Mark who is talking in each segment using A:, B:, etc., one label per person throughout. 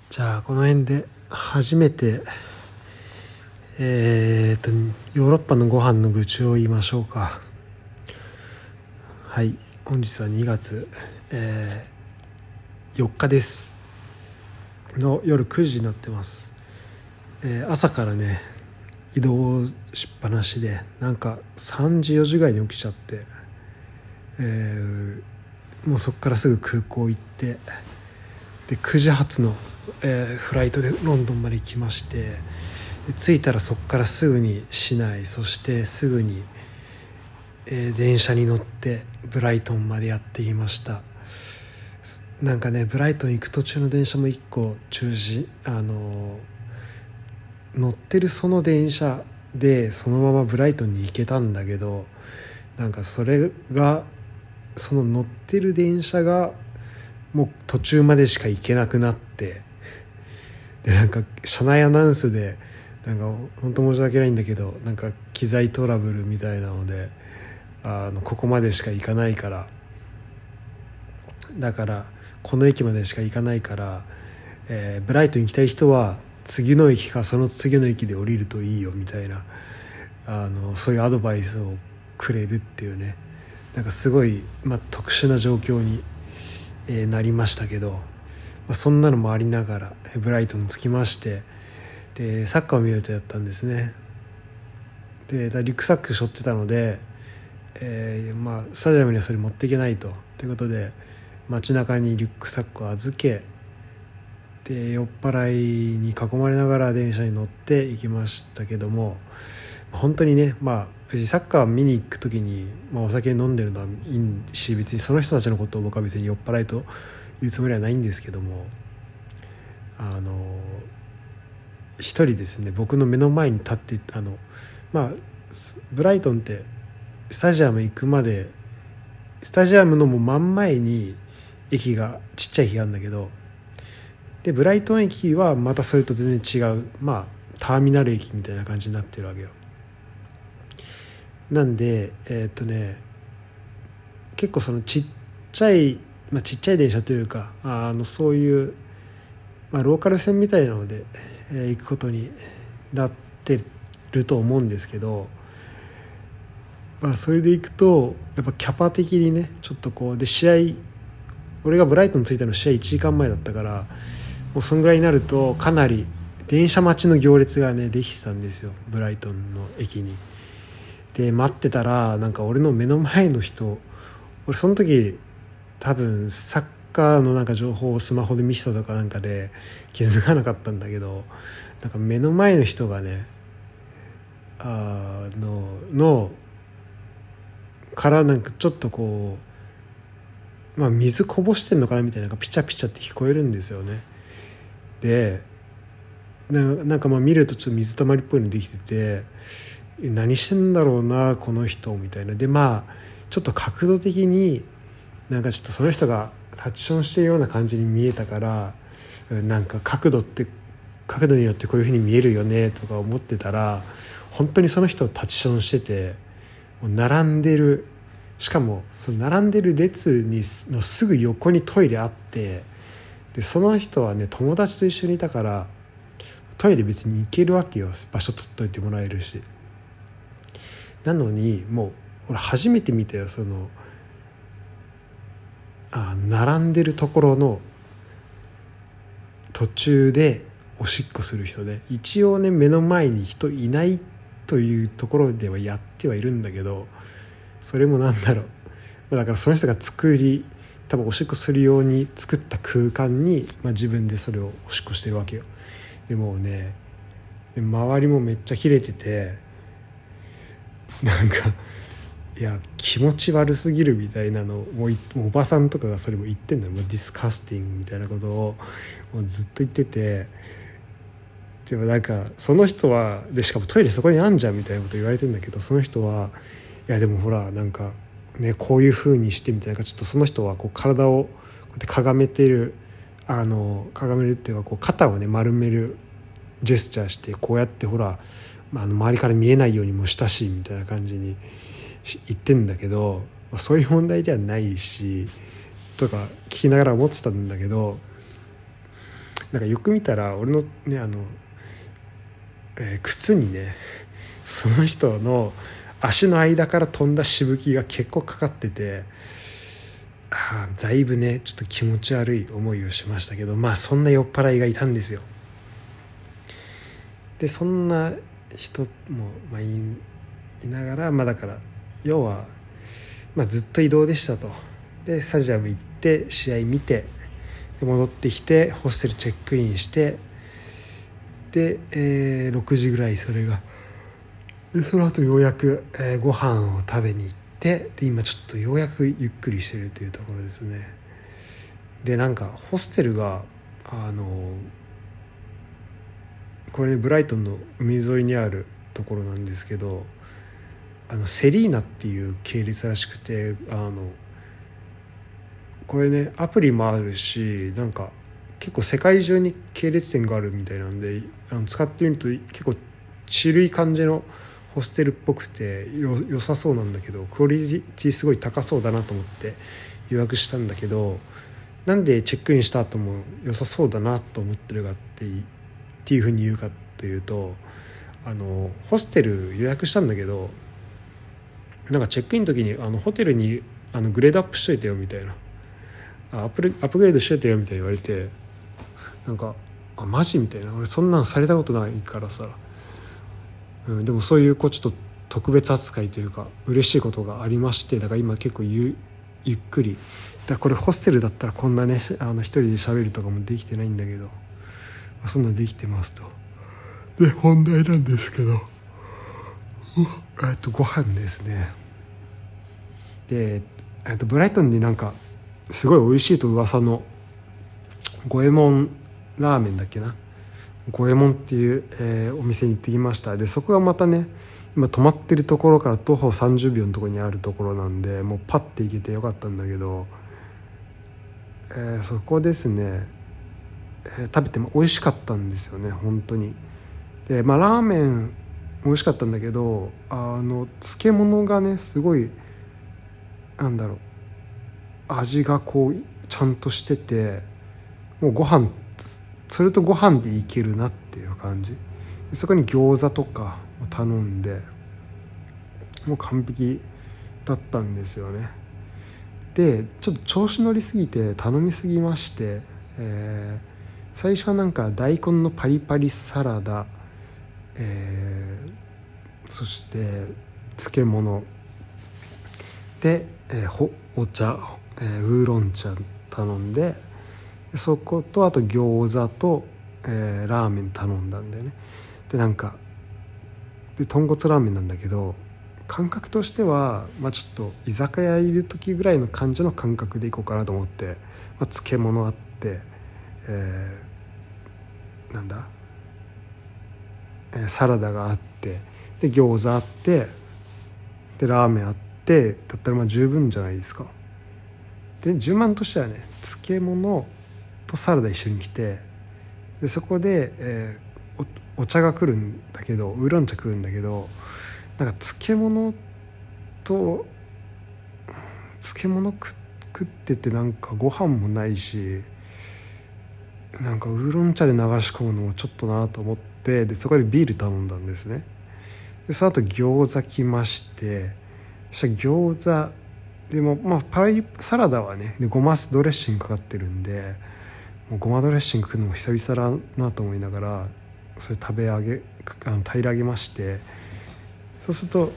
A: じゃあこの辺で初めてヨーロッパのご飯の愚痴を言いましょうか。はい、本日は2月、4日ですの夜9時になってます。朝からね移動しっぱなしでなんか3時4時ぐらいに起きちゃって、もうそこからすぐ空港行ってで9時発の、フライトでロンドンまで行きまして、着いたらそこからすぐに市内、そしてすぐに、電車に乗ってブライトンまでやってきました。なんかねブライトン行く途中の電車も1個中止、乗ってるその電車でそのままブライトンに行けたんだけど、なんかそれがその乗ってる電車がもう途中までしか行けなくなって、でなんか車内アナウンスでなんか本当申し訳ないんだけど、なんか機材トラブルみたいなのでここまでしか行かないから、だからこの駅までしか行かないから、ブライトンに行きたい人は次の駅かその次の駅で降りるといいよみたいなそういうアドバイスをくれるっていうね、なんかすごい、特殊な状況に、なりましたけど、そんなのもありながらブライトンに着きまして、でサッカーを見るとやったんですね。でリュックサック背負ってたので、スタジアムにはそれ持っていけないということで街中にリュックサックを預け、で酔っ払いに囲まれながら電車に乗って行きましたけども、本当にね別にサッカー見に行く時に、お酒飲んでるのはいいし、別にその人たちのことを僕は別に酔っ払いと言うつもりはないんですけども、一人ですね僕の目の前に立ってブライトンってスタジアム行くまでスタジアムのもう真ん前に駅がちっちゃい駅があるんだけど、でブライトン駅はまたそれと全然違うターミナル駅みたいな感じになってるわけよ。なんで結構そのちっちゃい電車というかそういう、ローカル線みたいなので、行くことになってると思うんですけど、それで行くとやっぱキャパ的にねちょっとこうで俺がブライトン着いたの試合1時間前だったから、もうそんぐらいになるとかなり電車待ちの行列がねできてたんですよ、ブライトンの駅に。で待ってたらなんか俺の目の前の人、俺その時多分サッカーのなんか情報をスマホで見せたとかなんかで気づかなかったんだけど、なんか目の前の人がねからなんかちょっとこう、水こぼしてんのかなみたいな、ピチャピチャって聞こえるんですよね。でなんか見るとちょっと水たまりっぽいのできてて、何してんだろうなこの人みたいな。でちょっと角度的になんかちょっとその人がタッチションしてるような感じに見えたから、なんか角度によってこういう風に見えるよねとか思ってたら、本当にその人をタッチションしてて、もう並んでる、しかもその並んでる列のすぐ横にトイレあって、でその人はね友達と一緒にいたからトイレ別に行けるわけよ、場所取っといてもらえるし。なのにもう俺初めて見たよ、その並んでるところの途中でおしっこする人で、一応ね目の前に人いないというところではやってはいるんだけど、それもなんだろう、だからその人が多分おしっこするように作った空間に、自分でそれをおしっこしてるわけよ。でもうね周りもめっちゃキレてて、なんかいや気持ち悪すぎるみたいなのをもうおばさんとかがそれも言ってんのよ、もうディスカスティングみたいなことをもうずっと言ってて、でもなんかその人はしかもトイレそこにあんじゃんみたいなこと言われてんだけど、その人はいやでもほらなんかねこういう風にしてみたいな、ちょっとその人はこう体をこうやってかがめるっていうかこう肩をね丸めるジェスチャーして、こうやってほら周りから見えないようにもしたしみたいな感じに言ってんだけど、そういう問題ではないしとか聞きながら思ってたんだけど、 なんかよく見たら俺のね靴にねその人の足の間から飛んだしぶきが結構かかってて、だいぶねちょっと気持ち悪い思いをしましたけど、まあそんな酔っ払いがいたんですよ。でそんな人も、いながら、だから要は、ずっと移動でしたと。でスタジアム行って試合見て、で戻ってきてホステルチェックインして、で、6時ぐらいそれがでその後ようやく、ご飯を食べに行って、で今ちょっとようやくゆっくりしてるというところですね。でなんかホステルがこれブライトンの海沿いにあるところなんですけど、セリーナっていう系列らしくて、これねアプリもあるし、なんか結構世界中に系列店があるみたいなんで、使ってみると結構チルい感じのホステルっぽくて良さそうなんだけど、クオリティすごい高そうだなと思って予約したんだけど、なんでチェックインした後も良さそうだなと思ってるかっていうふうに言うかというと、ホステル予約したんだけど、なんかチェックインの時にホテルにグレードアップしといてよみたいな、アップグレードしといてよみたいに言われて、なんかマジみたいな、俺そんなんされたことないからさ、でもそういうちょっと特別扱いというか嬉しいことがありまして、だから今結構ゆっくりだ、これホステルだったらこんなね一人で喋るとかもできてないんだけど、そんなできてますと。で本題なんですけど、ご飯ですね。でブライトンでなんかすごい美味しいと噂の五右衛門ラーメンだっけな、五右衛門っていう、お店に行ってきました。でそこがまたね今泊まってるところから徒歩30秒のところにあるところなんで、もうパッて行けてよかったんだけど、そこですね、食べても美味しかったんですよね本当に。でラーメン美味しかったんだけど、漬物がねすごい味がちゃんとしてて、もうそれとご飯でいけるなっていう感じで、そこに餃子とか頼んでもう完璧だったんですよね。でちょっと調子乗りすぎて頼みすぎまして、最初はなんか大根のパリパリサラダ、そして漬物で、お茶、ウーロン茶頼んで、そことあと餃子と、ラーメン頼んだんだよね。でなんか豚骨ラーメンなんだけど、感覚としては、ちょっと居酒屋いる時ぐらいの感じの感覚でいこうかなと思って、漬物あって、サラダがあって、で餃子あって、でラーメンあってだったら十分じゃないですか。で順番としてはね、漬物とサラダ一緒に来て、でそこで、お茶が来るんだけど、ウーロン茶来るんだけど、なんか漬物食ってて、なんかご飯もないし、なんかウーロン茶で流し込むのもちょっとなと思って、でそこでビール頼んだんですね。でその後餃子来まして、そしたら餃子でもサラダはね、でごまドレッシングかかってるんで、もうごまドレッシング食うのも久々だなと思いながら、それ平らげまして、そうすると、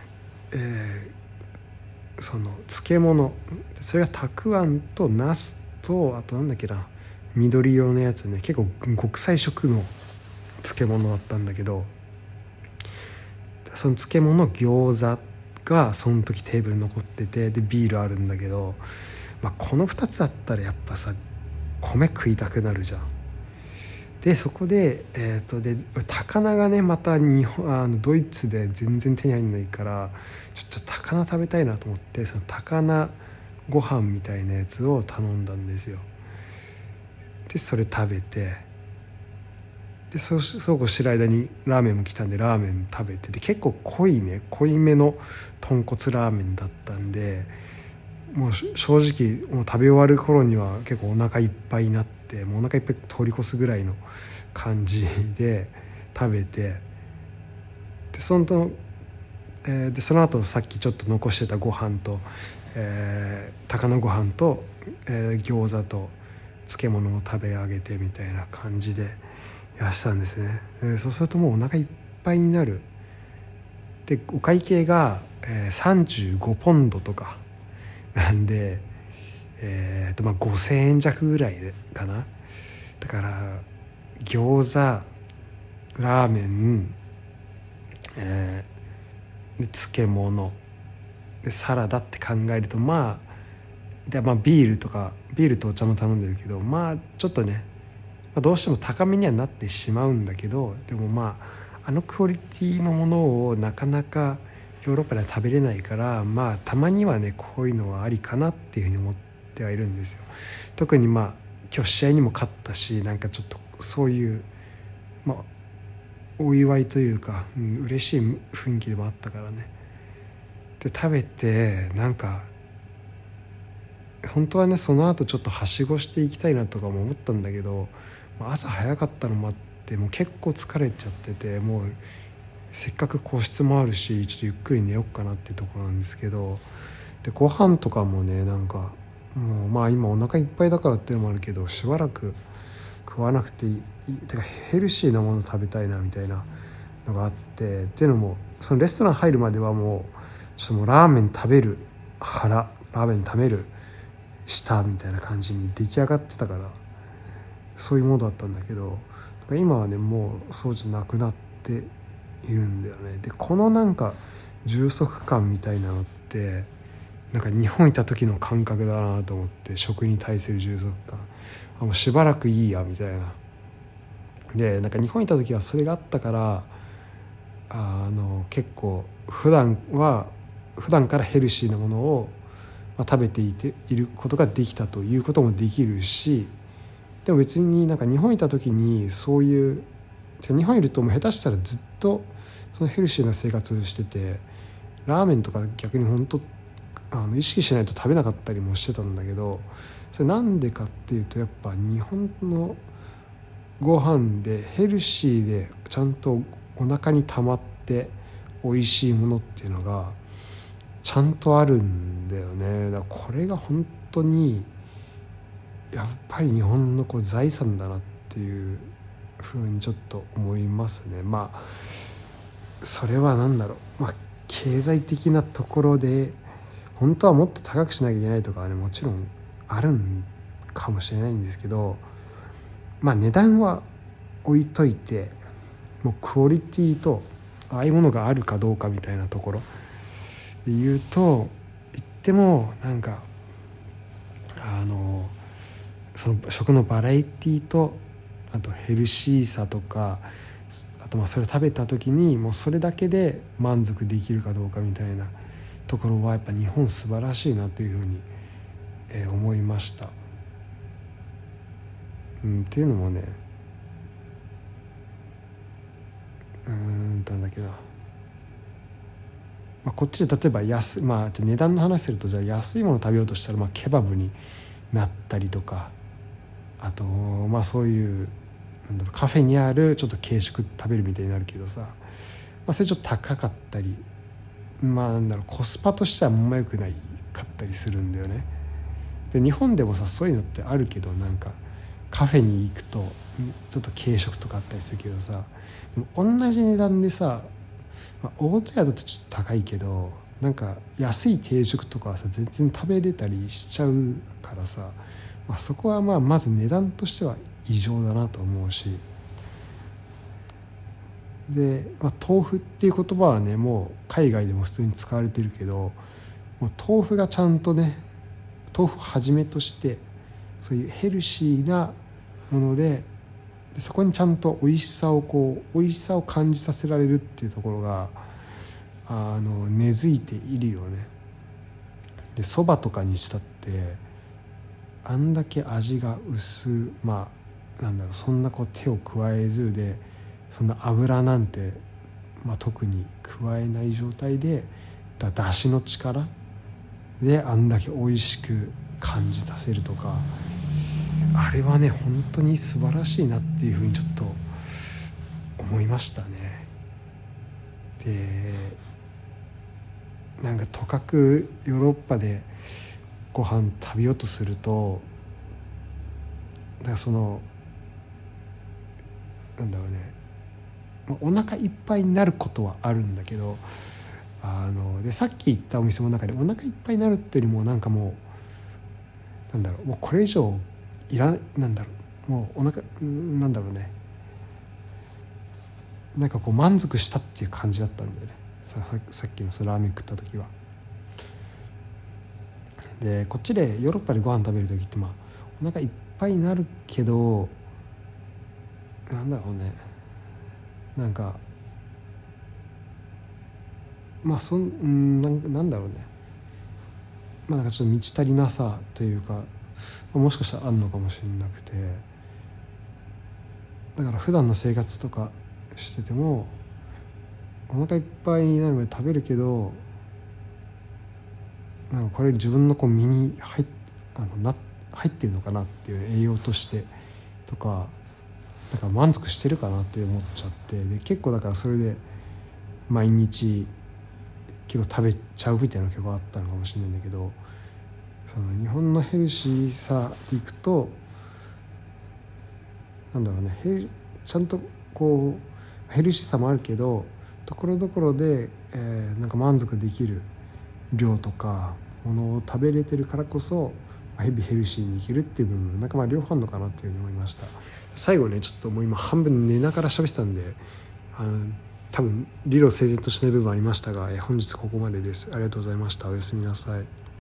A: その漬物、それがたくあんとナスと、あと緑色のやつね、結構極彩色の漬物だったんだけど、その漬物餃子がその時テーブルに残ってて、でビールあるんだけど、この2つあったらやっぱさ米食いたくなるじゃん。でそこで、高菜がねまたドイツで全然手に入んないから、ちょっと高菜食べたいなと思って、その高菜ご飯みたいなやつを頼んだんですよ。でそれ食べて、でそうこうしてる間にラーメンも来たんでラーメン食べて、で結構濃いめの豚骨ラーメンだったんで、もう正直もう食べ終わる頃には結構お腹いっぱいになって、 て、もうお腹いっぱい通り越すぐらいの感じで食べて、でその後さっきちょっと残してたご飯と、高菜ご飯と、餃子と漬物を食べ上げてみたいな感じでやしたんですね。そうするともうお腹いっぱいになる。でお会計が、35ポンドとかなんで、5,000円弱ぐらいかな。だから餃子、ラーメン、漬物でサラダって考えると、ビールとお茶も頼んでるけど、ちょっとね、どうしても高めにはなってしまうんだけど、でもあのクオリティのものをなかなかヨーロッパでは食べれないから、たまにはねこういうのはありかなっていうふうに思ってはいるんですよ。特に今日試合にも勝ったし、なんかちょっとそういうお祝いというか、嬉しい雰囲気でもあったからね。で食べて、なんか本当はねその後ちょっとはしごしていきたいなとかも思ったんだけど、朝早かったのもあってもう結構疲れちゃってて、もうせっかく個室もあるしちょっとゆっくり寝よっかなっていうところなんですけど、でご飯とかもね、なんかもう今お腹いっぱいだからっていうのもあるけど、しばらく食わなくていい、てかヘルシーなもの食べたいなみたいなのがあって、っていうのもそのレストラン入るまではもうちょっともうラーメン食べる腹、ラーメン食べる舌みたいな感じに出来上がってたから、そういうものだったんだけど、今はねもうそうじゃなくなっているんだよね。でこのなんか充足感みたいなのってなんか日本いた時の感覚だなと思って、食に対する充足感、もうしばらくいいやみたいな。でなんか日本いた時はそれがあったから、結構普段からヘルシーなものを食べていることができたということもできるし、でも別になんか日本いた時にそういう日本いるともう下手したらずっとそのヘルシーな生活をしてて、ラーメンとか逆に本当意識しないと食べなかったりもしてたんだけど、それなんでかっていうと、やっぱ日本のご飯でヘルシーでちゃんとお腹に溜まって美味しいものっていうのがちゃんとあるんだよね。だからこれが本当にやっぱり日本の財産だなっていうふうにちょっと思いますね。それは何だろう、経済的なところで本当はもっと高くしなきゃいけないとかはね、もちろんあるんかもしれないんですけど、値段は置いといて、もうクオリティとああいうものがあるかどうかみたいなところで言ってもなんかその食のバラエティと、あとヘルシーさとか、あとそれ食べた時にもうそれだけで満足できるかどうかみたいなところはやっぱ日本素晴らしいなというふうに、思いました。っていうのもね、なんだっけな、こっちで例えば値段の話すると、じゃあ安いもの食べようとしたらケバブになったりとか、あとそういうカフェにあるちょっと軽食食べるみたいになるけどさ、それちょっと高かったり、コスパとしてはあんま良くないかったりするんだよね。で日本でもさそういうのってあるけど、なんかカフェに行くとちょっと軽食とかあったりするけどさ、でも同じ値段でさ、大戸屋だとちょっと高いけど、なんか安い定食とかはさ全然食べれたりしちゃうからさ、そこはまず値段としては異常だなと思うし、で、豆腐っていう言葉はねもう海外でも普通に使われてるけど、もう豆腐がちゃんとね、豆腐をはじめとしてそういうヘルシーなもので、そこにちゃんと美味しさを感じさせられるっていうところが根付いているよね。で蕎麦とかにしたってあんだけ味が薄、そんな手を加えずで、そんな油なんて、特に加えない状態でだしの力であんだけ美味しく感じさせるとか、 あれはね本当に素晴らしいなっていうふうにちょっと思いましたね。でなんかとかくヨーロッパでご飯食べようとするとなんかそのなんだろうね、お腹いっぱいになることはあるんだけどでさっき言ったお店の中でお腹いっぱいになるっていうよりもなんかもうなんだろうもうこれ以上なんだろうもうお腹なんだろうねなんかこう満足したっていう感じだったんだよねさっきのラーメン食った時は。でこっちでヨーロッパでご飯食べる時ってお腹いっぱいになるけどなんだろうねなんかなんだろうねなんかちょっと満ち足りなさというかもしかしたらあるのかもしれなくてだから普段の生活とかしててもお腹いっぱいになるまで食べるけどなんかこれ自分の身に入ってるのかなっていう栄養としてとかだから満足してるかなって思っちゃってで結構だからそれで毎日結構食べちゃうみたいなのが結構あったのかもしれないんだけどその日本のヘルシーさでいくとなんだろうねちゃんとヘルシーさもあるけどところどころで、なんか満足できる量とかものを食べれてるからこそヘルシーにいけるっていう部分なんか両方あるのかなっていうふうに思いました。最後ねちょっともう今半分寝ながら喋ってたんで多分理路整然としない部分ありましたが、本日ここまでです。ありがとうございました。おやすみなさい。